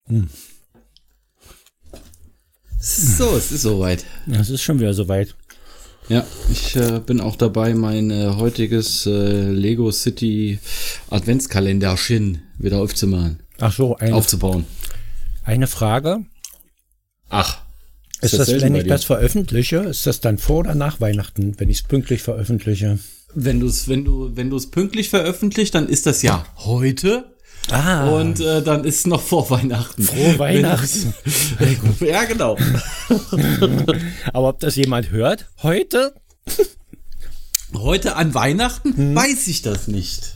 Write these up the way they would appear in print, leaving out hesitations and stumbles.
So, es ist soweit. Ja, es ist schon wieder soweit. Ja, ich bin auch dabei, mein heutiges Lego City Adventskalenderchen wieder aufzumachen. Ach so, aufzubauen. Eine Frage. Ach. Ist das, wenn ich das veröffentliche, ist das dann vor oder nach Weihnachten, wenn ich es pünktlich veröffentliche? Wenn du es pünktlich veröffentlicht, dann ist das ja heute. Und dann ist es noch vor Weihnachten. Frohe Weihnachten. Ja, genau. Aber ob das jemand hört? Heute? Heute an Weihnachten? Weiß ich das nicht.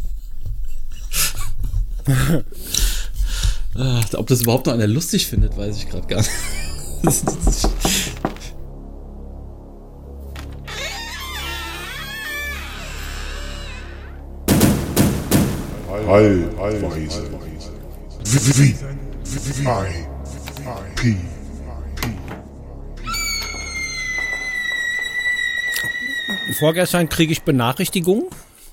Ob das überhaupt noch einer lustig findet, weiß ich gerade gar nicht. Allweise. VIP. Vorgestern kriege ich Benachrichtigungen.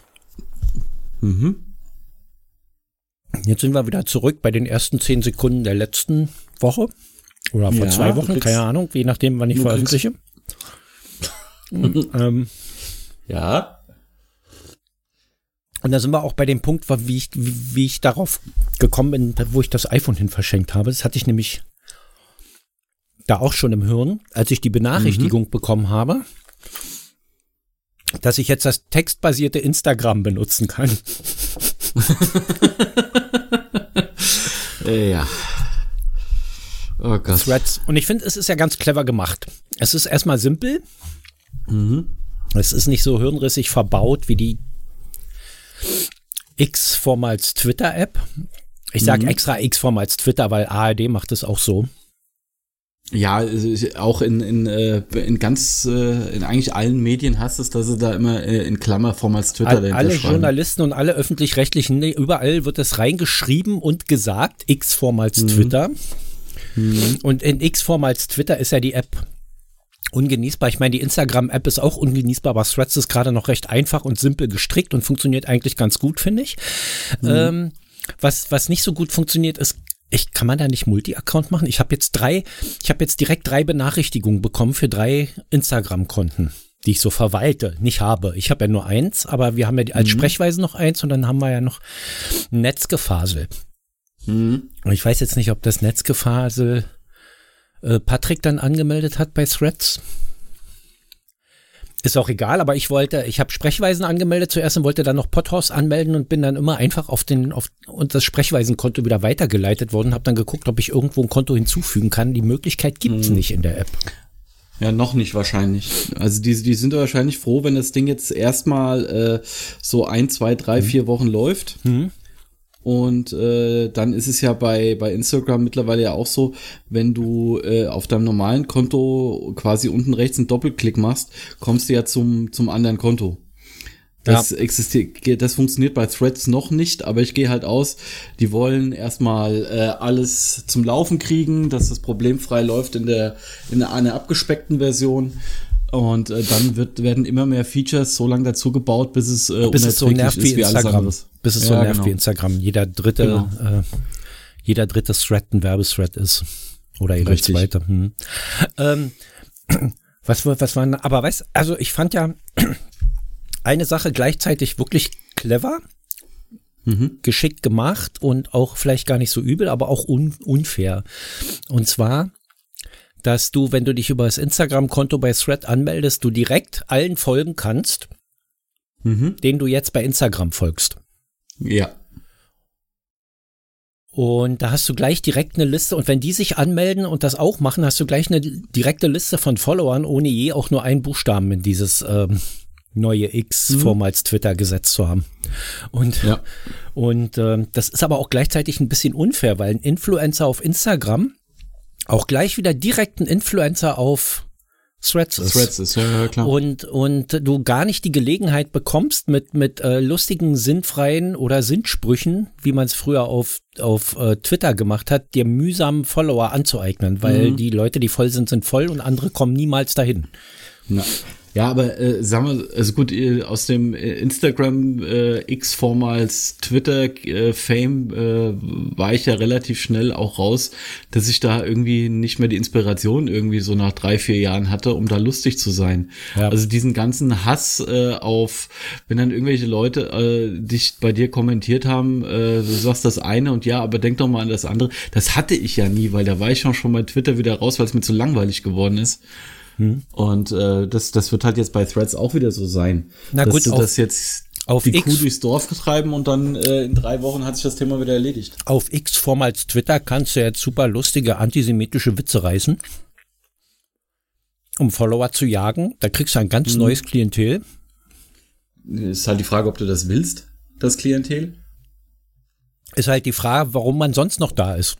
Jetzt sind wir wieder zurück bei den ersten 10 Sekunden der letzten Woche. Oder vor 2 Wochen, keine Ahnung, je nachdem, wann ich veröffentliche. Ja. Und da sind wir auch bei dem Punkt, wie ich darauf gekommen bin, wo ich das iPhone hin verschenkt habe. Das hatte ich nämlich da auch schon im Hirn, als ich die Benachrichtigung bekommen habe, dass ich jetzt das textbasierte Instagram benutzen kann. Ja. Oh Gott. Threads. Und ich finde, es ist ja ganz clever gemacht. Es ist erstmal simpel. Es ist nicht so hirnrissig verbaut wie die X-Form als Twitter-App. Ich sage extra X-Form als Twitter, weil ARD macht es auch so. Ja, auch in eigentlich allen Medien hast es, dass sie da immer in Klammerform als Twitter alle Journalisten und alle Öffentlich-Rechtlichen, überall wird es reingeschrieben und gesagt, X-Form als Twitter. Und in X-Form als Twitter ist ja die App ungenießbar. Ich meine, die Instagram-App ist auch ungenießbar, aber Threads ist gerade noch recht einfach und simpel gestrickt und funktioniert eigentlich ganz gut, finde ich. Was nicht so gut funktioniert, ist, kann man da nicht Multi-Account machen? Ich habe jetzt direkt 3 Benachrichtigungen bekommen für 3 Instagram-Konten, die ich so verwalte, nicht habe. Ich habe ja nur 1, aber wir haben ja als Sprechweise noch 1 und dann haben wir ja noch Netzgefasel. Und ich weiß jetzt nicht, ob das Netzgefasel Patrick dann angemeldet hat bei Threads. Ist auch egal, aber ich habe Sprechweisen angemeldet zuerst und wollte dann noch Podhouse anmelden und bin dann immer einfach auf das Sprechweisenkonto wieder weitergeleitet worden, habe dann geguckt, ob ich irgendwo ein Konto hinzufügen kann. Die Möglichkeit gibt es nicht in der App. Ja, noch nicht wahrscheinlich. Also die sind wahrscheinlich froh, wenn das Ding jetzt erstmal so 1, 2, 3, 4 Wochen läuft. Und dann ist es ja bei Instagram mittlerweile ja auch so, wenn du auf deinem normalen Konto quasi unten rechts einen Doppelklick machst, kommst du ja zum anderen Konto. Das das funktioniert bei Threads noch nicht, aber ich gehe halt aus, die wollen erstmal alles zum Laufen kriegen, dass das problemfrei läuft in einer abgespeckten Version. Und dann werden immer mehr Features so lange dazu gebaut, bis es so nervt wie Instagram. Bis es so nervt wie Instagram. Jeder dritte Thread ein Werbethread ist. Oder jeder zweite. Was war, aber weißt, also ich fand ja eine Sache gleichzeitig wirklich clever, geschickt gemacht und auch vielleicht gar nicht so übel, aber auch unfair. Und zwar, dass du, wenn du dich über das Instagram-Konto bei Thread anmeldest, du direkt allen folgen kannst, denen du jetzt bei Instagram folgst. Ja. Und da hast du gleich direkt eine Liste und wenn die sich anmelden und das auch machen, hast du gleich eine direkte Liste von Followern, ohne je auch nur einen Buchstaben in dieses neue X-Form als Twitter gesetzt zu haben. Und das ist aber auch gleichzeitig ein bisschen unfair, weil ein Influencer auf Instagram auch gleich wieder direkt ein Influencer auf Threads ist. Ja, klar. Und du gar nicht die Gelegenheit bekommst, mit lustigen, sinnfreien oder Sinnsprüchen, wie man es früher auf Twitter gemacht hat, dir mühsam Follower anzueignen, weil die Leute, die voll sind, sind voll und andere kommen niemals dahin. Ja, aber sagen wir, also gut, aus dem Instagram X vormals Twitter Fame war ich ja relativ schnell auch raus, dass ich da irgendwie nicht mehr die Inspiration irgendwie so nach 3-4 Jahren hatte, um da lustig zu sein. Ja. Also diesen ganzen Hass auf, wenn dann irgendwelche Leute dich bei dir kommentiert haben, du sagst das eine und ja, aber denk doch mal an das andere. Das hatte ich ja nie, weil da war ich schon bei Twitter wieder raus, weil es mir zu langweilig geworden ist. Und das wird halt jetzt bei Threads auch wieder so sein. Na gut, dass das jetzt auf die X, Kuh durchs Dorf getreiben und dann in 3 Wochen hat sich das Thema wieder erledigt. Auf X, vormals Twitter, kannst du jetzt super lustige antisemitische Witze reißen, um Follower zu jagen. Da kriegst du ein ganz neues Klientel. Ist halt die Frage, ob du das willst, das Klientel. Ist halt die Frage, warum man sonst noch da ist.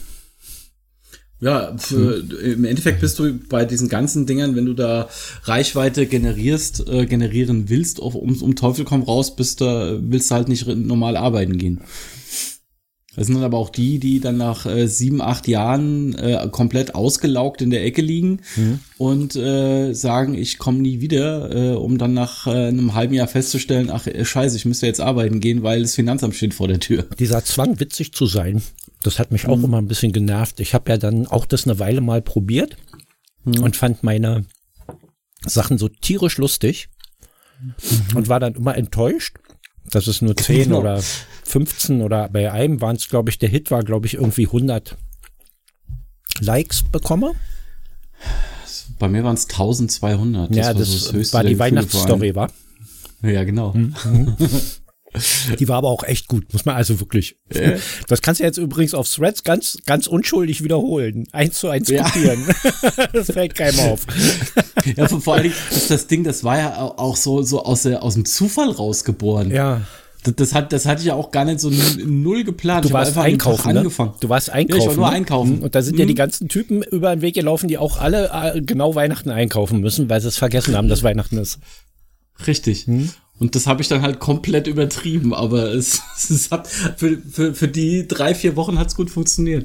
Ja, im Endeffekt bist du bei diesen ganzen Dingern, wenn du da Reichweite generieren willst, um Teufel komm raus, willst du halt nicht normal arbeiten gehen. Das sind dann aber auch die dann nach 7-8 Jahren komplett ausgelaugt in der Ecke liegen und sagen, ich komme nie wieder, um dann nach einem halben Jahr festzustellen, ach scheiße, ich müsste jetzt arbeiten gehen, weil das Finanzamt steht vor der Tür. Dieser Zwang, witzig zu sein, das hat mich auch immer ein bisschen genervt. Ich habe ja dann auch das eine Weile mal probiert und fand meine Sachen so tierisch lustig und war dann immer enttäuscht, dass es nur 10 oder 15 oder bei einem waren es, glaube ich, der Hit war, glaube ich, irgendwie 100 Likes bekomme. Bei mir waren es 1200. Ja, das war die Weihnachtsstory, war. Ja, genau. Die war aber auch echt gut, muss man also wirklich. Das kannst du jetzt übrigens auf Threads ganz, ganz unschuldig wiederholen. 1:1 kopieren. Das fällt keinem auf. Ja, vor allen Dingen ist das Ding, das war ja auch so aus dem Zufall rausgeboren. Ja. Das hatte ich ja auch gar nicht so null geplant. Du warst einkaufen, angefangen. Du warst einkaufen. Ja, ich war nur einkaufen. Und da sind ja die ganzen Typen über den Weg gelaufen, die auch alle genau Weihnachten einkaufen müssen, weil sie es vergessen haben, dass Weihnachten ist. Richtig. Und das habe ich dann halt komplett übertrieben, aber es hat für die 3-4 Wochen hat's gut funktioniert.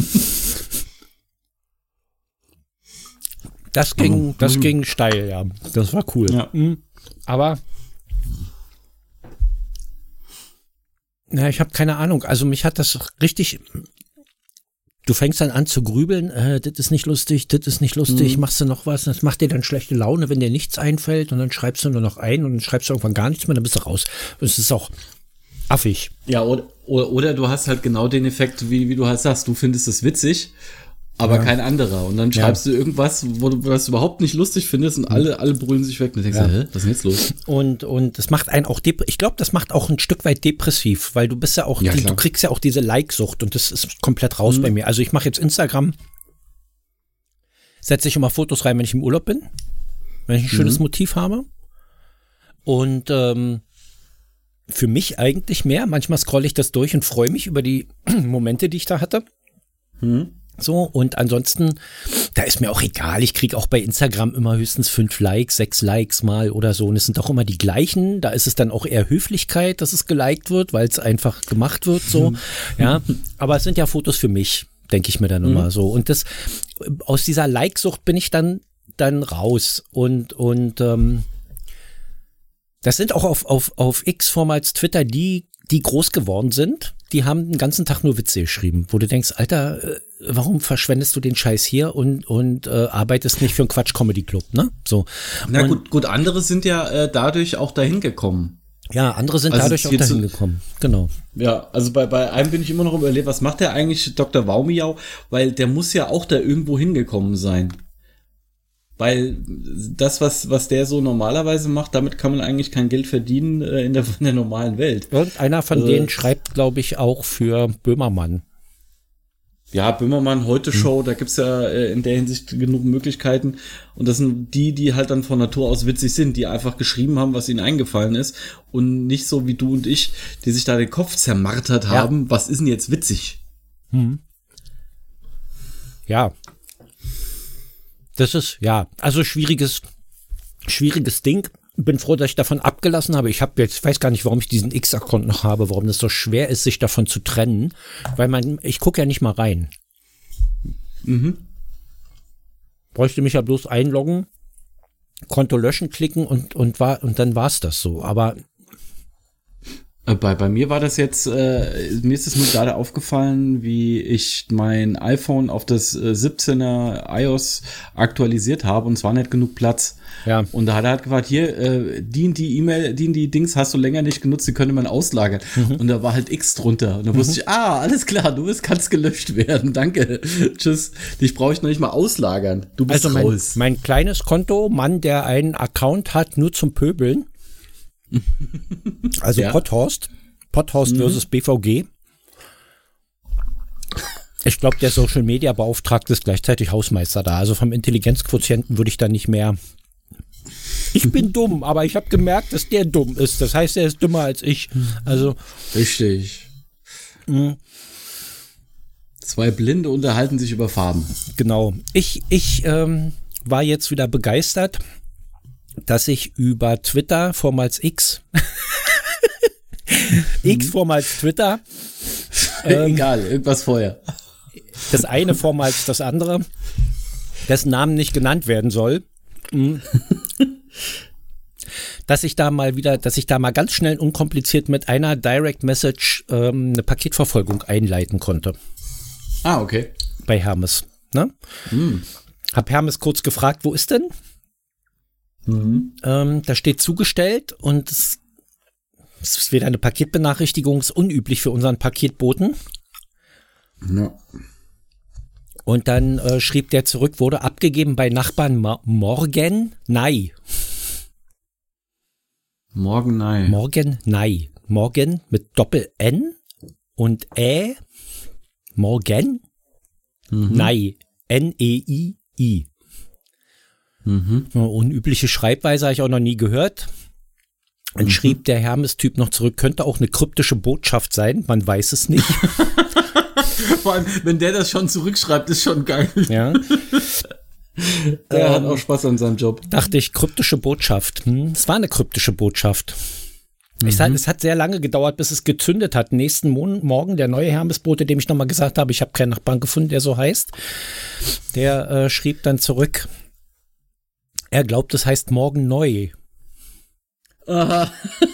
Das ging steil, ja. Das war cool. Ja. Aber na, ich habe keine Ahnung. Also mich hat das richtig. Du fängst dann an zu grübeln, das ist nicht lustig, machst du noch was, das macht dir dann schlechte Laune, wenn dir nichts einfällt und dann schreibst du nur noch ein und dann schreibst du irgendwann gar nichts mehr, dann bist du raus. Und es ist auch affig. Ja, oder du hast halt genau den Effekt, wie du halt sagst, du findest es witzig, aber kein anderer. Und dann schreibst du irgendwas, was du überhaupt nicht lustig findest und alle brüllen sich weg. Und du denkst, was ist denn jetzt los? Und das macht einen auch, ich glaube, das macht auch ein Stück weit depressiv, weil du bist ja auch, du kriegst ja auch diese Like-Sucht und das ist komplett raus bei mir. Also ich mache jetzt Instagram, setze ich immer Fotos rein, wenn ich im Urlaub bin, wenn ich ein schönes Motiv habe. Und für mich eigentlich mehr. Manchmal scrolle ich das durch und freue mich über die Momente, die ich da hatte. So, und ansonsten, da ist mir auch egal, ich kriege auch bei Instagram immer höchstens 5 Likes, 6 Likes mal oder so und es sind auch immer die gleichen, da ist es dann auch eher Höflichkeit, dass es geliked wird, weil es einfach gemacht wird, so, ja, aber es sind ja Fotos für mich, denke ich mir dann immer so und aus dieser Like-Sucht bin ich dann raus und das sind auch auf X, vormals Twitter, die groß geworden sind, die haben den ganzen Tag nur Witze geschrieben, wo du denkst, Alter, warum verschwendest du den Scheiß hier und arbeitest nicht für einen Quatsch-Comedy-Club, ne? So. Na gut, andere sind ja dadurch auch dahin gekommen. Ja, andere sind dadurch auch dahin gekommen, genau. Ja, also bei einem bin ich immer noch überlegt, was macht der eigentlich, Dr. Waumiau? Weil der muss ja auch da irgendwo hingekommen sein. Weil das, was der so normalerweise macht, damit kann man eigentlich kein Geld verdienen in der normalen Welt. Irgendeiner von denen schreibt, glaube ich, auch für Böhmermann. Ja, Böhmermann, Heute-Show, da gibt's ja in der Hinsicht genug Möglichkeiten. Und das sind die halt dann von Natur aus witzig sind, die einfach geschrieben haben, was ihnen eingefallen ist. Und nicht so wie du und ich, die sich da den Kopf zermartert haben, was ist denn jetzt witzig? Ja. Das ist, also schwieriges Ding. Bin froh, dass ich davon abgelassen habe. Ich weiß gar nicht, warum ich diesen X-Account noch habe, warum das so schwer ist, sich davon zu trennen, weil ich gucke ja nicht mal rein. Bräuchte mich ja bloß einloggen Konto löschen klicken und dann war es das so. Aber bei mir war das jetzt, mir ist es nur gerade aufgefallen, wie ich mein iPhone auf das 17er iOS aktualisiert habe und es war nicht genug Platz. Ja. Und da hat er halt gefragt, hier, die E-Mail, die Dings hast du länger nicht genutzt, die könnte man auslagern. Und da war halt X drunter. Und da wusste ich, alles klar, kannst gelöscht werden, danke, tschüss. Dich brauche ich noch nicht mal auslagern, du bist also raus. Mein kleines Konto, Mann, der einen Account hat, nur zum Pöbeln. Also Ja. Potthorst versus BVG. Ich glaube, der Social Media Beauftragte ist gleichzeitig Hausmeister da. Also vom Intelligenzquotienten würde ich da nicht mehr. Ich bin dumm, aber ich habe gemerkt, dass der dumm ist. Das heißt, er ist dümmer als ich. Also Richtig. Zwei Blinde unterhalten sich über Farben. genau. Ich war jetzt wieder begeistert, dass ich über Twitter, vormals X, vormals Twitter, Egal, irgendwas vorher. das eine vormals das andere, dessen Namen nicht genannt werden soll, dass ich da mal ganz schnell und unkompliziert mit einer Direct Message eine Paketverfolgung einleiten konnte. Okay. Bei Hermes. Ne? Hab Hermes kurz gefragt, wo ist denn? Da steht zugestellt und es ist wieder eine Paketbenachrichtigung, ist unüblich für unseren Paketboten. Ja. Und dann schrieb der zurück, wurde abgegeben bei Nachbarn Morgen Nei. Morgen, nein. Morgen Nei. Morgen mit Doppel-N und Morgen Nei. N-E-I-I. Unübliche Schreibweise habe ich auch noch nie gehört. Dann schrieb der Hermes-Typ noch zurück, könnte auch eine kryptische Botschaft sein, man weiß es nicht. Vor allem, wenn der das schon zurückschreibt, ist schon geil. Ja. Der hat auch Spaß an seinem Job. Dachte ich, kryptische Botschaft. Es war eine kryptische Botschaft. Es hat sehr lange gedauert, bis es gezündet hat. Nächsten Morgen der neue Hermesbote, dem ich nochmal gesagt habe, ich habe keinen Nachbarn gefunden, der so heißt, der schrieb dann zurück, er glaubt, es heißt morgen neu. Aha.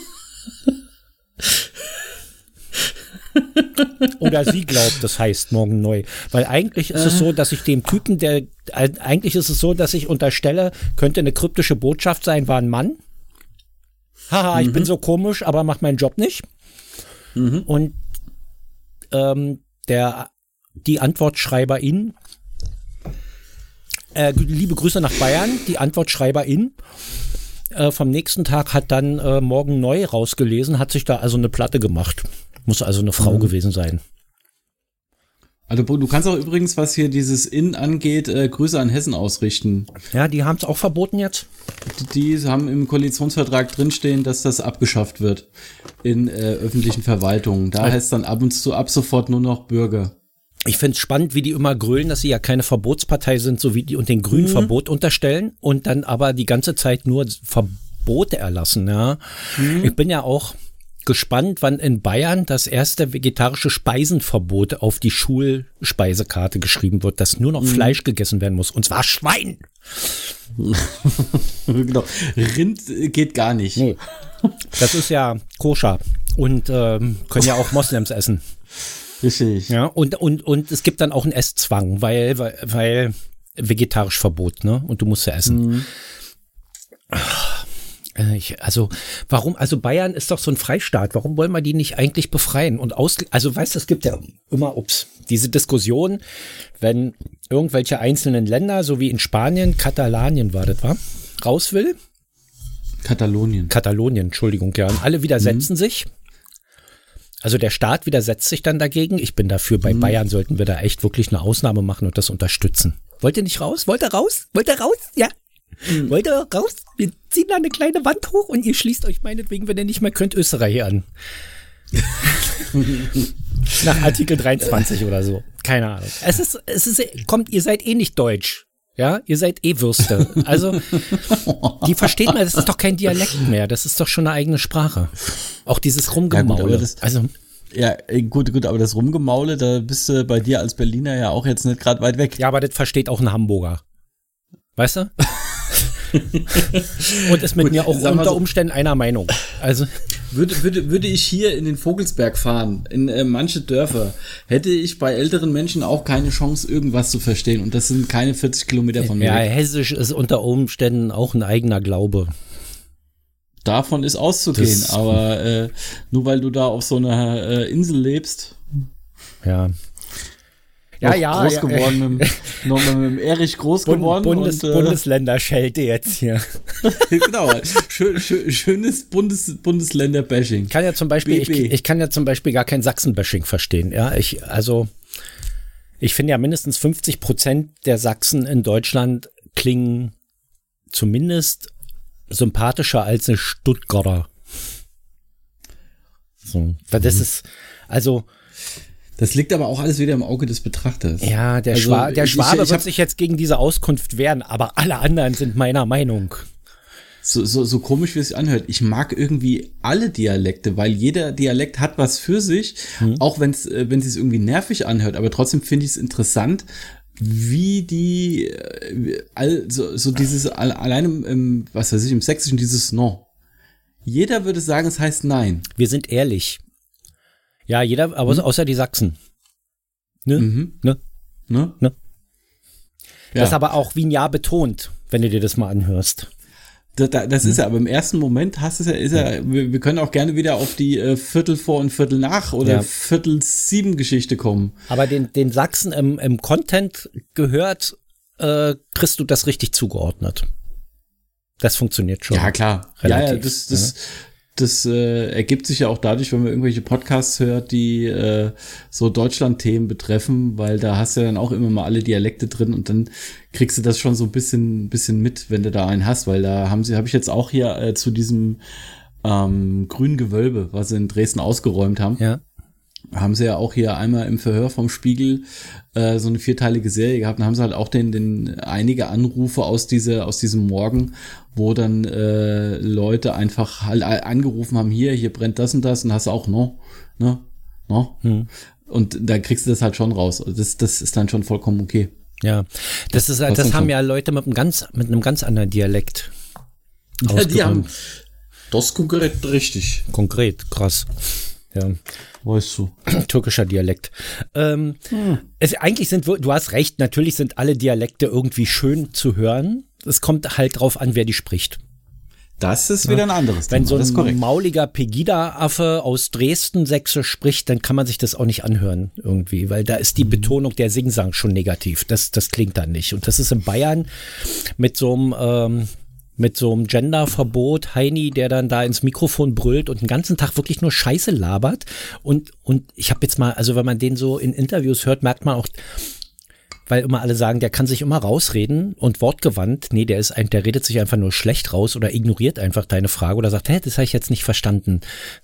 Oder sie glaubt, das heißt morgen neu. Weil eigentlich ist es so, dass ich dem Typen, eigentlich ist es so, dass ich unterstelle, könnte eine kryptische Botschaft sein, war ein Mann. Haha, ich bin so komisch, aber mach meinen Job nicht. Und die Antwortschreiberin, liebe Grüße nach Bayern, die Antwortschreiberin vom nächsten Tag hat dann morgen neu rausgelesen, hat sich da also eine Platte gemacht. Muss also eine Frau gewesen sein. Also du kannst auch übrigens, was hier dieses In angeht, Grüße an Hessen ausrichten. Ja, die haben es auch verboten jetzt. Die haben im Koalitionsvertrag drinstehen, dass das abgeschafft wird in öffentlichen Verwaltungen. Da heißt dann ab sofort nur noch Bürger. Ich finde es spannend, wie die immer grölen, dass sie ja keine Verbotspartei sind, so wie die und den Grünen Verbot unterstellen und dann aber die ganze Zeit nur Verbote erlassen. Ja. Ich bin ja auch gespannt, wann in Bayern das erste vegetarische Speisenverbot auf die Schulspeisekarte geschrieben wird, dass nur noch Fleisch gegessen werden muss, und zwar Schwein. Genau. Rind geht gar nicht. Nee. Das ist ja koscher und können ja auch Moslems essen. Richtig. Ja, und es gibt dann auch einen Esszwang, weil vegetarisch Verbot, ne? Und du musst ja essen. Warum, Bayern ist doch so ein Freistaat, warum wollen wir die nicht eigentlich befreien? Und weißt du, es gibt ja immer, diese Diskussion, wenn irgendwelche einzelnen Länder, so wie in Spanien, Katalanien war das, raus will? Katalonien, Entschuldigung, ja. Und alle widersetzen sich. Also der Staat widersetzt sich dann dagegen. Ich bin dafür, bei Bayern sollten wir da echt wirklich eine Ausnahme machen und das unterstützen. Wollt ihr nicht raus? Wollt ihr raus? Ja. Wollt ihr raus? Wir ziehen da eine kleine Wand hoch und ihr schließt euch meinetwegen, wenn ihr nicht mehr könnt, Österreich an. Nach Artikel 23 oder so. Keine Ahnung. Ihr seid eh nicht deutsch. Ja, ihr seid eh Würste. Also, die versteht man, das ist doch kein Dialekt mehr. Das ist doch schon eine eigene Sprache. Auch dieses Rumgemaule. Ja, gut, aber das Rumgemaule, da bist du bei dir als Berliner ja auch jetzt nicht gerade weit weg. Ja, aber das versteht auch ein Hamburger. Weißt du? Und ist mit mir auch unter Umständen einer Meinung. Also würde ich hier in den Vogelsberg fahren, in manche Dörfer, hätte ich bei älteren Menschen auch keine Chance, irgendwas zu verstehen. Und das sind keine 40 Kilometer von mir. Ja, Hessisch ist unter Umständen auch ein eigener Glaube. Davon ist auszugehen, aber nur weil du da auf so einer Insel lebst. Ja. Groß geworden, nochmal mit dem Erich groß geworden. Bundesländerschelte jetzt hier. Genau, schönes Bundesländer-Bashing. Ich kann ja zum Beispiel gar kein Sachsen-Bashing verstehen. Ja, ich finde ja mindestens 50% der Sachsen in Deutschland klingen zumindest sympathischer als eine Stuttgarter. So, weil das ist, also das liegt aber auch alles wieder im Auge des Betrachters. Ja, der Schwabe wird sich jetzt gegen diese Auskunft wehren, aber alle anderen sind meiner Meinung. So komisch, wie es sich anhört. Ich mag irgendwie alle Dialekte, weil jeder Dialekt hat was für sich, auch wenn es sich irgendwie nervig anhört. Aber trotzdem finde ich es interessant, wie die, so dieses, allein im Sächsischen, dieses No. Jeder würde sagen, es heißt Nein. Wir sind ehrlich. Ja, jeder, aber außer die Sachsen. Ne? Ne? Ne? Ne? Ja. Das aber auch wie ein Ja betont, wenn du dir das mal anhörst. Das ist ja, aber im ersten Moment wir können auch gerne wieder auf die Viertel vor und Viertel nach oder Viertel 7 Geschichte kommen. Aber den Sachsen im Content gehört, kriegst du das richtig zugeordnet. Das funktioniert schon. Ja, klar. Relativ. Ja, das ergibt sich ja auch dadurch, wenn man irgendwelche Podcasts hört, die so Deutschland-Themen betreffen, weil da hast du ja dann auch immer mal alle Dialekte drin und dann kriegst du das schon so ein bisschen mit, wenn du da einen hast, weil da habe ich jetzt auch hier zu diesem grünen Gewölbe, was sie in Dresden ausgeräumt haben. Ja. Haben sie ja auch hier einmal im Verhör vom Spiegel so eine 4-teilige Serie gehabt. Dann haben sie halt auch einige Anrufe aus diesem Morgen, wo dann Leute einfach halt angerufen haben, hier brennt das und hast du auch no. Und da kriegst du das halt schon raus. Das ist dann schon vollkommen okay. Ja, das haben ja Leute mit einem ganz anderen Dialekt. Ja, die haben das konkret richtig. Konkret, krass. Ja. Weißt du. Türkischer Dialekt. Eigentlich du hast recht, natürlich sind alle Dialekte irgendwie schön zu hören. Es kommt halt drauf an, wer die spricht. Das ist wieder ein anderes Thema. Wenn so ein mauliger Pegida-Affe aus Dresden Sächsisch spricht, dann kann man sich das auch nicht anhören irgendwie, weil da ist die Betonung der Singsang schon negativ. Das klingt dann nicht. Und das ist in Bayern mit so einem Genderverbot, Heini, der dann da ins Mikrofon brüllt und den ganzen Tag wirklich nur Scheiße labert. Und ich habe jetzt mal, also wenn man den so in Interviews hört, merkt man auch, weil immer alle sagen, der kann sich immer rausreden und wortgewandt. Nee, der redet sich einfach nur schlecht raus oder ignoriert einfach deine Frage oder sagt, das habe ich jetzt nicht verstanden.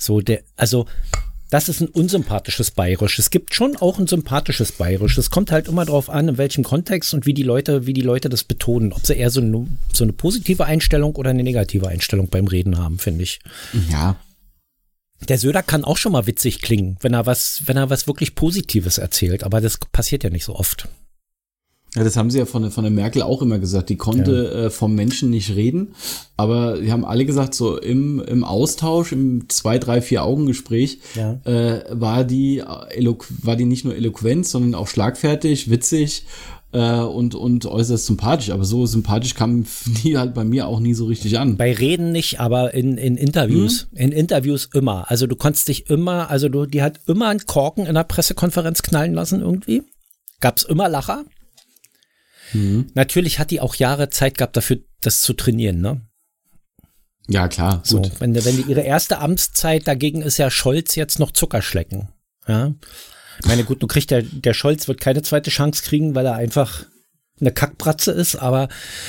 Das ist ein unsympathisches Bayerisch. Es gibt schon auch ein sympathisches Bayerisch. Es kommt halt immer drauf an, in welchem Kontext und wie die Leute das betonen. Ob sie eher so eine positive Einstellung oder eine negative Einstellung beim Reden haben, finde ich. Ja. Der Söder kann auch schon mal witzig klingen, wenn er was wirklich Positives erzählt. Aber das passiert ja nicht so oft. Ja, das haben sie ja von der Merkel auch immer gesagt. Die konnte vom Menschen nicht reden, aber die haben alle gesagt, so im Austausch, im 2, 3, 4 Augengespräch war die nicht nur eloquent, sondern auch schlagfertig, witzig und äußerst sympathisch. Aber so sympathisch kam die halt bei mir auch nie so richtig an. Bei Reden nicht, aber in Interviews. In Interviews immer. Also du konntest dich immer, die hat immer einen Korken in der Pressekonferenz knallen lassen irgendwie. Gab's immer Lacher. Natürlich hat die auch Jahre Zeit gehabt dafür, das zu trainieren, ne? Ja, klar. So, gut. Wenn die ihre erste Amtszeit, dagegen ist ja Scholz jetzt noch Zuckerschlecken. Ja. Ich meine, gut, du kriegst der Scholz wird keine zweite Chance kriegen, weil er einfach eine Kackbratze ist, aber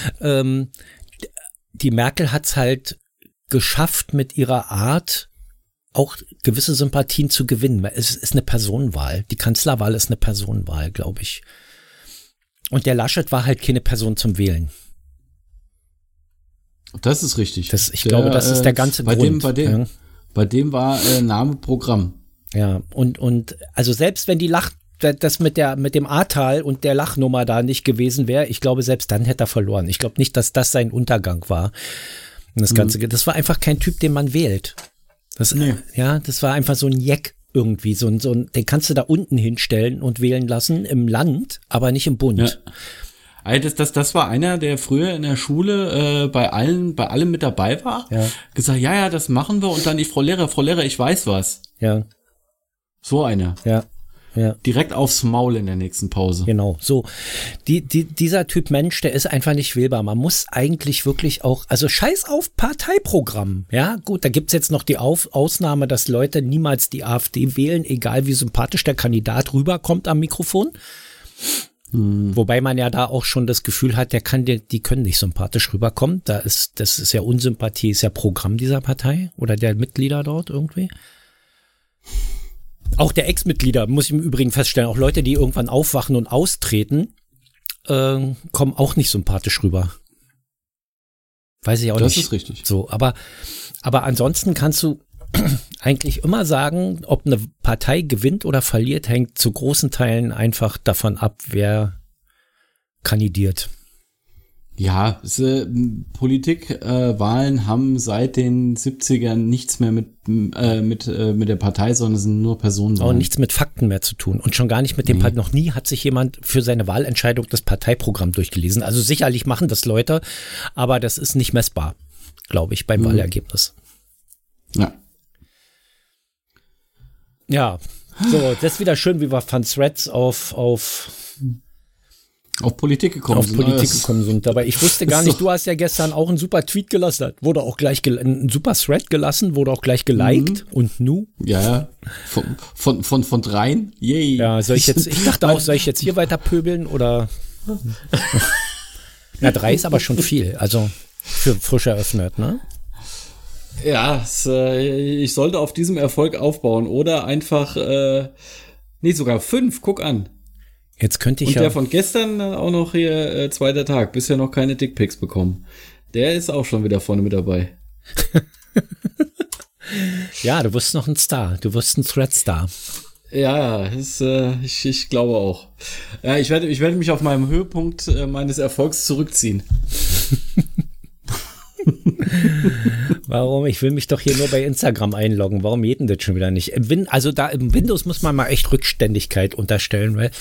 die Merkel hat's halt geschafft, mit ihrer Art auch gewisse Sympathien zu gewinnen, weil es ist eine Personenwahl. Die Kanzlerwahl ist eine Personenwahl, glaube ich. Und der Laschet war halt keine Person zum Wählen. Das ist richtig. Ich glaube, das ist der ganze Grund. Bei dem war Name Programm. Ja, und also selbst wenn die das mit dem Ahrtal und der Lachnummer da nicht gewesen wäre, ich glaube, selbst dann hätte er verloren. Ich glaube nicht, dass das sein Untergang war. Und das Ganze, das war einfach kein Typ, den man wählt. Das war einfach so ein Jeck irgendwie, so ein, den kannst du da unten hinstellen und wählen lassen im Land, aber nicht im Bund. Ja. Das war einer, der früher in der Schule bei allem mit dabei war. Ja. Gesagt, ja, das machen wir und dann die Frau Lehrer, ich weiß was. Ja. So einer. Ja. Ja. Direkt aufs Maul in der nächsten Pause. Genau, so. Dieser Typ Mensch, der ist einfach nicht wählbar. Man muss eigentlich wirklich auch, also scheiß auf Parteiprogramm. Ja, gut, da gibt's jetzt noch die Ausnahme, dass Leute niemals die AfD wählen, egal wie sympathisch der Kandidat rüberkommt am Mikrofon. Wobei man ja da auch schon das Gefühl hat, die können nicht sympathisch rüberkommen. Das ist ja Unsympathie, ist ja Programm dieser Partei oder der Mitglieder dort irgendwie. Auch der Ex-Mitglieder, muss ich im Übrigen feststellen, auch Leute, die irgendwann aufwachen und austreten, kommen auch nicht sympathisch rüber. Weiß ich auch nicht. Das ist richtig. So, aber ansonsten kannst du eigentlich immer sagen, ob eine Partei gewinnt oder verliert, hängt zu großen Teilen einfach davon ab, wer kandidiert. Ja, Politikwahlen haben seit den 70ern nichts mehr mit der Partei, sondern sind nur Personenwahlen. Auch nichts mit Fakten mehr zu tun und schon gar nicht mit dem Noch nie hat sich jemand für seine Wahlentscheidung das Parteiprogramm durchgelesen. Also sicherlich machen das Leute, aber das ist nicht messbar, glaube ich, beim Wahlergebnis. Ja. Ja, so, das ist wieder schön, wie wir von Threads auf Politik gekommen sind. Aber ich wusste gar nicht, du hast ja gestern auch einen super Tweet gelassen, wurde auch gleich ein super Thread gelassen, wurde auch gleich geliked und nu? Ja, von dreien, yay. Ja, ich dachte auch, soll ich jetzt hier weiter pöbeln oder? Na, 3 ist aber schon viel, also für frisch eröffnet, ne? Ja, ich sollte auf diesem Erfolg aufbauen oder einfach, sogar 5, guck an. Jetzt könnte ich und der von gestern auch noch hier, zweiter Tag, bisher noch keine Dickpics bekommen. Der ist auch schon wieder vorne mit dabei. Ja, du wirst noch ein Star, du wirst ein Thread-Star. Ja, ich glaube auch. Ja, ich werde mich auf meinem Höhepunkt meines Erfolgs zurückziehen. Warum? Ich will mich doch hier nur bei Instagram einloggen. Warum geht denn das schon wieder nicht? Im Windows muss man mal echt Rückständigkeit unterstellen, weil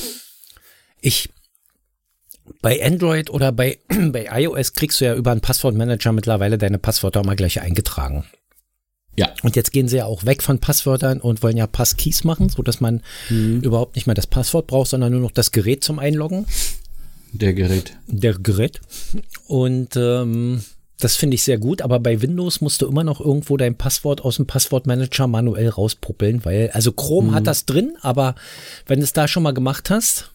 bei Android oder bei iOS kriegst du ja über einen Passwortmanager mittlerweile deine Passwörter mal gleich eingetragen. Ja. Und jetzt gehen sie ja auch weg von Passwörtern und wollen ja Passkeys machen, so dass man überhaupt nicht mehr das Passwort braucht, sondern nur noch das Gerät zum Einloggen. Der Gerät. Und das finde ich sehr gut, aber bei Windows musst du immer noch irgendwo dein Passwort aus dem Passwortmanager manuell rauspuppeln, weil, also Chrome hat das drin, aber wenn du es da schon mal gemacht hast,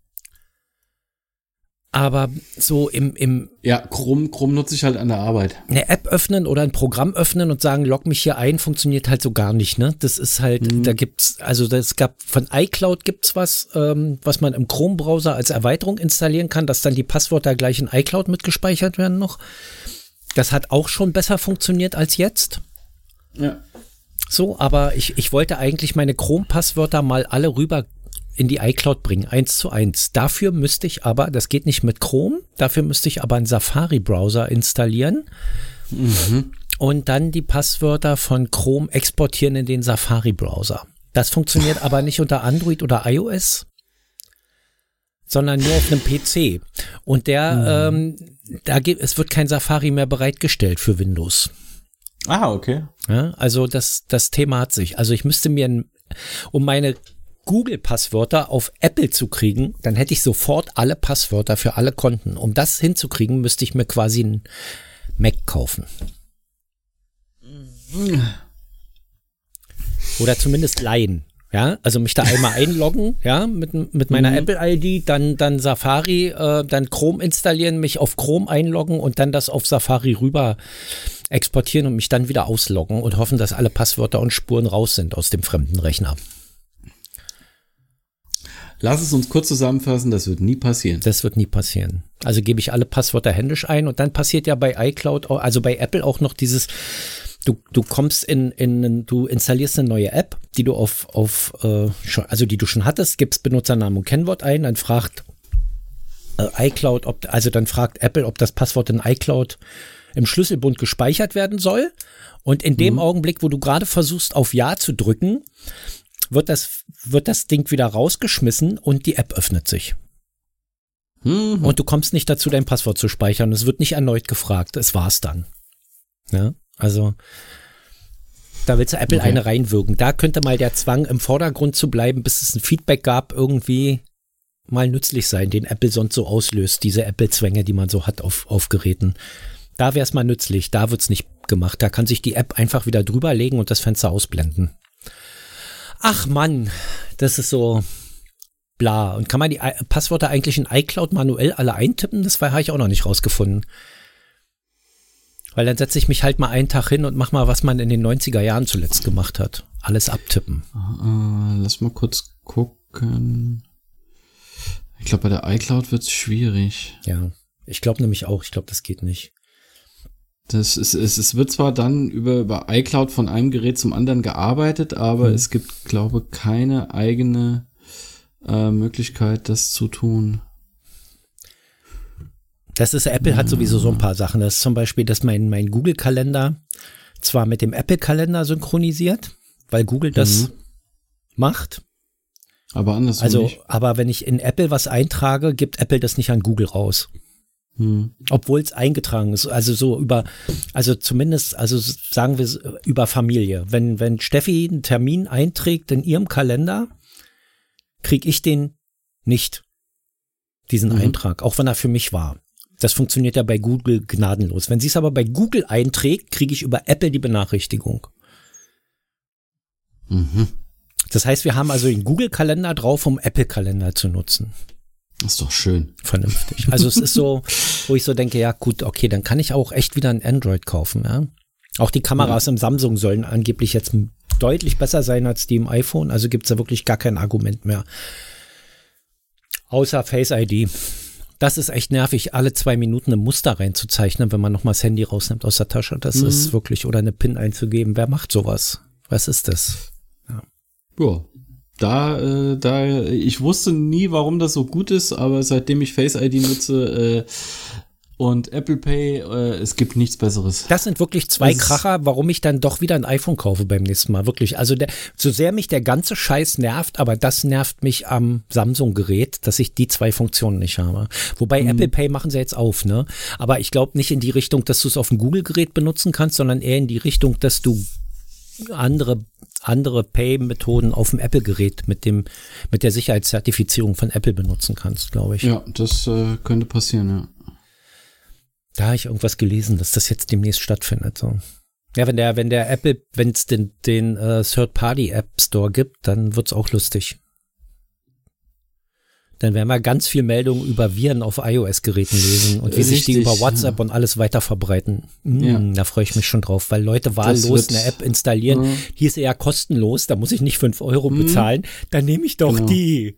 aber so ja, Chrome nutze ich halt an der Arbeit. Eine App öffnen oder ein Programm öffnen und sagen, log mich hier ein, funktioniert halt so gar nicht, ne? Das ist halt, von iCloud gibt's was man im Chrome-Browser als Erweiterung installieren kann, dass dann die Passwörter gleich in iCloud mitgespeichert werden noch. Das hat auch schon besser funktioniert als jetzt. Ja. So, aber ich wollte eigentlich meine Chrome-Passwörter mal alle rüber in die iCloud bringen, 1:1. Dafür müsste ich aber, das geht nicht mit Chrome, dafür müsste ich aber einen Safari-Browser installieren und dann die Passwörter von Chrome exportieren in den Safari-Browser. Das funktioniert aber nicht unter Android oder iOS, sondern nur auf einem PC. Und es wird kein Safari mehr bereitgestellt für Windows. Ah, okay. Ja, also das Thema hat sich. Also ich müsste mir, um meine Google-Passwörter auf Apple zu kriegen, dann hätte ich sofort alle Passwörter für alle Konten. Um das hinzukriegen, müsste ich mir quasi einen Mac kaufen. Oder zumindest leihen. Ja, also mich da einmal einloggen, ja, mit meiner Apple-ID, dann Safari, dann Chrome installieren, mich auf Chrome einloggen und dann das auf Safari rüber exportieren und mich dann wieder ausloggen und hoffen, dass alle Passwörter und Spuren raus sind aus dem fremden Rechner. Lass es uns kurz zusammenfassen, das wird nie passieren. Das wird nie passieren. Also gebe ich alle Passwörter händisch ein und dann passiert ja bei iCloud, also bei Apple auch noch dieses, du kommst du installierst eine neue App, die du die du schon hattest, gibst Benutzernamen und Kennwort ein, dann fragt iCloud, dann fragt Apple, ob das Passwort in iCloud im Schlüsselbund gespeichert werden soll. Und in dem Augenblick, wo du gerade versuchst, auf Ja zu drücken, wird das Ding wieder rausgeschmissen und die App öffnet sich. Und du kommst nicht dazu, dein Passwort zu speichern. Es wird nicht erneut gefragt. Es war's dann. Ja, also da willst du Apple eine reinwirken. Da könnte mal der Zwang im Vordergrund zu bleiben, bis es ein Feedback gab, irgendwie mal nützlich sein, den Apple sonst so auslöst, diese Apple-Zwänge, die man so hat auf Geräten. Da wäre es mal nützlich, da wird's nicht gemacht. Da kann sich die App einfach wieder drüberlegen und das Fenster ausblenden. Ach Mann, das ist so bla. Und kann man die Passwörter eigentlich in iCloud manuell alle eintippen? Das habe ich auch noch nicht rausgefunden. Weil dann setze ich mich halt mal einen Tag hin und mach mal, was man in den 90er Jahren zuletzt gemacht hat. Alles abtippen. Lass mal kurz gucken. Ich glaube, bei der iCloud wird's schwierig. Ja, ich glaube nämlich auch. Ich glaube, das geht nicht. Es wird zwar dann über iCloud von einem Gerät zum anderen gearbeitet, aber es gibt, glaube ich, keine eigene Möglichkeit, das zu tun. Das ist, Apple hat sowieso so ein paar Sachen. Das ist zum Beispiel, dass mein Google-Kalender zwar mit dem Apple-Kalender synchronisiert, weil Google das macht. Aber andersrum nicht. Aber wenn ich in Apple was eintrage, gibt Apple das nicht an Google raus. Obwohl es eingetragen ist. Zumindest sagen wir über Familie. Wenn Steffi einen Termin einträgt in ihrem Kalender, kriege ich den nicht, diesen Eintrag, auch wenn er für mich war. Das funktioniert ja bei Google gnadenlos. Wenn sie es aber bei Google einträgt, kriege ich über Apple die Benachrichtigung. Das heißt, wir haben also den Google-Kalender drauf, um Apple-Kalender zu nutzen. Das ist doch schön. Vernünftig. Also es ist so, wo ich so denke, ja gut, okay, dann kann ich auch echt wieder ein Android kaufen. Ja? Auch die Kameras im Samsung sollen angeblich jetzt deutlich besser sein als die im iPhone. Also gibt es da wirklich gar kein Argument mehr. Außer Face ID. Das ist echt nervig, alle 2 Minuten ein Muster reinzuzeichnen, wenn man nochmal das Handy rausnimmt aus der Tasche. Das ist wirklich, oder eine PIN einzugeben. Wer macht sowas? Was ist das? Ja. Ich wusste nie, warum das so gut ist, aber seitdem ich Face ID nutze und Apple Pay, es gibt nichts Besseres. Das sind wirklich 2 Kracher, warum ich dann doch wieder ein iPhone kaufe beim nächsten Mal. Wirklich. Also so sehr mich der ganze Scheiß nervt, aber das nervt mich am Samsung-Gerät, dass ich die 2 Funktionen nicht habe. Wobei Apple Pay machen sie jetzt auf, ne? Aber ich glaube nicht in die Richtung, dass du es auf dem Google-Gerät benutzen kannst, sondern eher in die Richtung, dass du andere Pay-Methoden auf dem Apple-Gerät mit der Sicherheitszertifizierung von Apple benutzen kannst, glaube ich. Ja, das könnte passieren, ja. Da habe ich irgendwas gelesen, dass das jetzt demnächst stattfindet. So. Ja, wenn es den Third-Party-App-Store gibt, dann wird's auch lustig. Dann werden wir ganz viel Meldungen über Viren auf iOS-Geräten lesen und wie sich die über WhatsApp und alles weiter verbreiten. Da freue ich mich schon drauf, weil Leute wahllos eine App installieren. Hier ist ja kostenlos, da muss ich nicht 5 Euro bezahlen. Dann nehme ich doch die.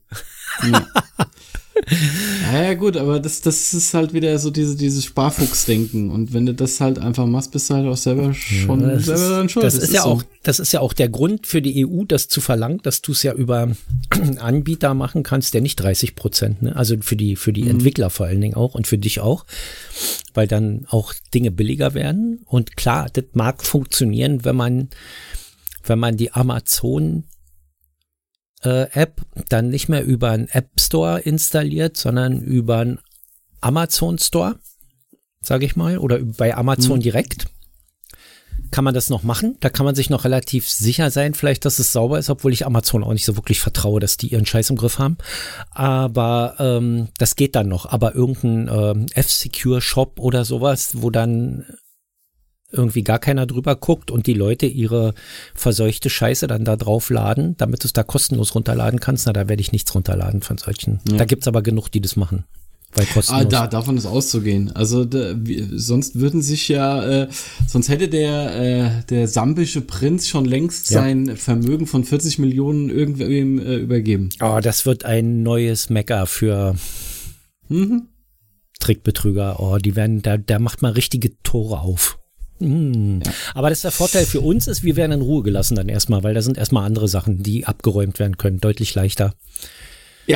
Ja, gut, aber das ist halt wieder so dieses Sparfuchsdenken. Und wenn du das halt einfach machst, bist du halt auch selber dann schuld. Das ist ja auch der Grund für die EU, das zu verlangen, dass du es ja über Anbieter machen kannst, der nicht 30%, ne? Also für die Entwickler vor allen Dingen auch und für dich auch, weil dann auch Dinge billiger werden. Und klar, das mag funktionieren, wenn man die Amazon App dann nicht mehr über einen App Store installiert, sondern über einen Amazon Store, sage ich mal, oder bei Amazon direkt, kann man das noch machen. Da kann man sich noch relativ sicher sein, vielleicht, dass es sauber ist, obwohl ich Amazon auch nicht so wirklich vertraue, dass die ihren Scheiß im Griff haben. Aber das geht dann noch. Aber irgendein F-Secure Shop oder sowas, wo dann irgendwie gar keiner drüber guckt und die Leute ihre verseuchte Scheiße dann da drauf laden, damit du es da kostenlos runterladen kannst, da werde ich nichts runterladen von solchen. Ja. Da gibt's aber genug, die das machen. Weil kostenlos. Davon ist auszugehen. Also sonst sonst hätte der sambische Prinz schon längst sein Vermögen von 40 Millionen irgendwem übergeben. Oh, das wird ein neues Mekka für Trickbetrüger. Oh, die werden, da macht man richtige Tore auf. Aber das ist der Vorteil für uns ist, wir werden in Ruhe gelassen dann erstmal, weil da sind erstmal andere Sachen, die abgeräumt werden können, deutlich leichter. Ja.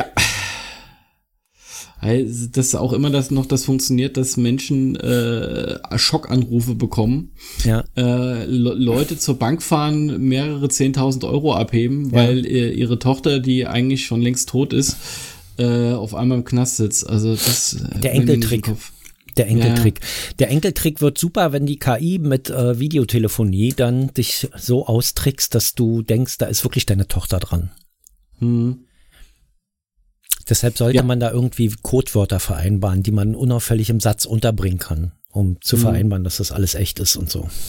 Also, dass auch immer das funktioniert, dass Menschen Schockanrufe bekommen. Ja. Leute zur Bank fahren, mehrere 10.000 Euro abheben, weil ihre Tochter, die eigentlich schon längst tot ist, auf einmal im Knast sitzt. Also das der Enkeltrick. Der Enkeltrick. Ja. Der Enkeltrick wird super, wenn die KI mit Videotelefonie dann dich so austrickst, dass du denkst, da ist wirklich deine Tochter dran. Deshalb sollte man da irgendwie Codewörter vereinbaren, die man unauffällig im Satz unterbringen kann, um zu vereinbaren, dass das alles echt ist und so.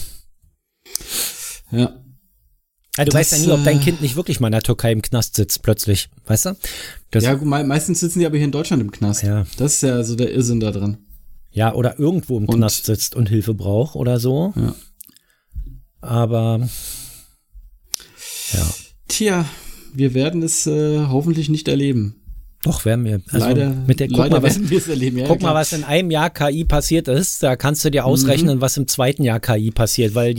Ja. Du weißt ja nie, ob dein Kind nicht wirklich mal in der Türkei im Knast sitzt, plötzlich. Weißt du? Meistens sitzen die aber hier in Deutschland im Knast. Ja. Das ist ja so der Irrsinn da dran. Ja, oder irgendwo im Knast sitzt und Hilfe braucht oder so. Ja. Aber, ja. Tja, wir werden es hoffentlich nicht erleben. Doch, werden wir. Also leider werden wir es erleben. Ja, guck mal, was in einem Jahr KI passiert ist. Da kannst du dir ausrechnen, was im zweiten Jahr KI passiert, weil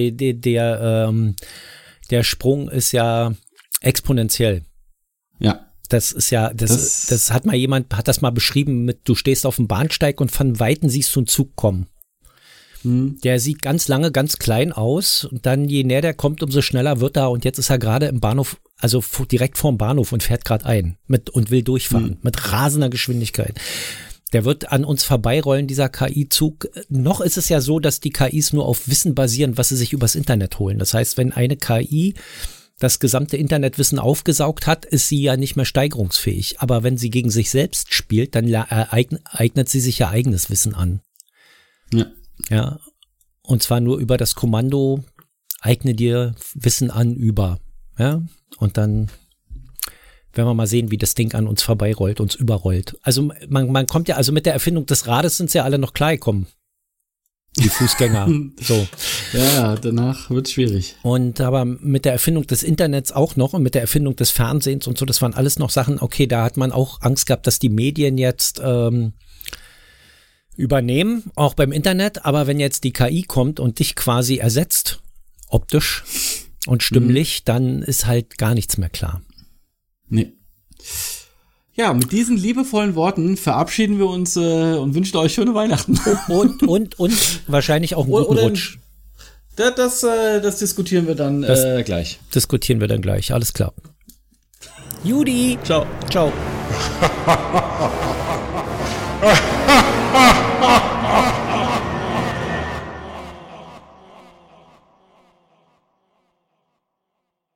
der Sprung ist ja exponentiell. Ja. Das ist ja, das hat mal jemand, hat das mal beschrieben mit, du stehst auf dem Bahnsteig und von Weitem siehst du einen Zug kommen. Der sieht ganz lange, ganz klein aus und dann je näher der kommt, umso schneller wird er und jetzt ist er gerade im Bahnhof, also direkt vorm Bahnhof und fährt gerade ein und will durchfahren mit rasender Geschwindigkeit. Der wird an uns vorbeirollen, dieser KI-Zug. Noch ist es ja so, dass die KIs nur auf Wissen basieren, was sie sich übers Internet holen. Das heißt, wenn eine KI das gesamte Internetwissen aufgesaugt hat, ist sie ja nicht mehr steigerungsfähig. Aber wenn sie gegen sich selbst spielt, dann eignet sie sich ja eigenes Wissen an. Ja. Ja. Und zwar nur über das Kommando, eigne dir Wissen an über. Ja. Und dann werden wir mal sehen, wie das Ding an uns vorbeirollt, uns überrollt. Also man kommt ja, also mit der Erfindung des Rades sind sie ja alle noch klar gekommen. Die Fußgänger. So. Ja, danach wird es schwierig. Und aber mit der Erfindung des Internets auch noch und mit der Erfindung des Fernsehens und so, das waren alles noch Sachen, okay, da hat man auch Angst gehabt, dass die Medien jetzt übernehmen, auch beim Internet, aber wenn jetzt die KI kommt und dich quasi ersetzt, optisch und stimmlich, dann ist halt gar nichts mehr klar. Nee. Ja, mit diesen liebevollen Worten verabschieden wir uns und wünschen euch schöne Weihnachten. Und wahrscheinlich auch einen guten Rutsch. Das diskutieren wir dann gleich. Diskutieren wir dann gleich, alles klar. Judy! Ciao. Ciao.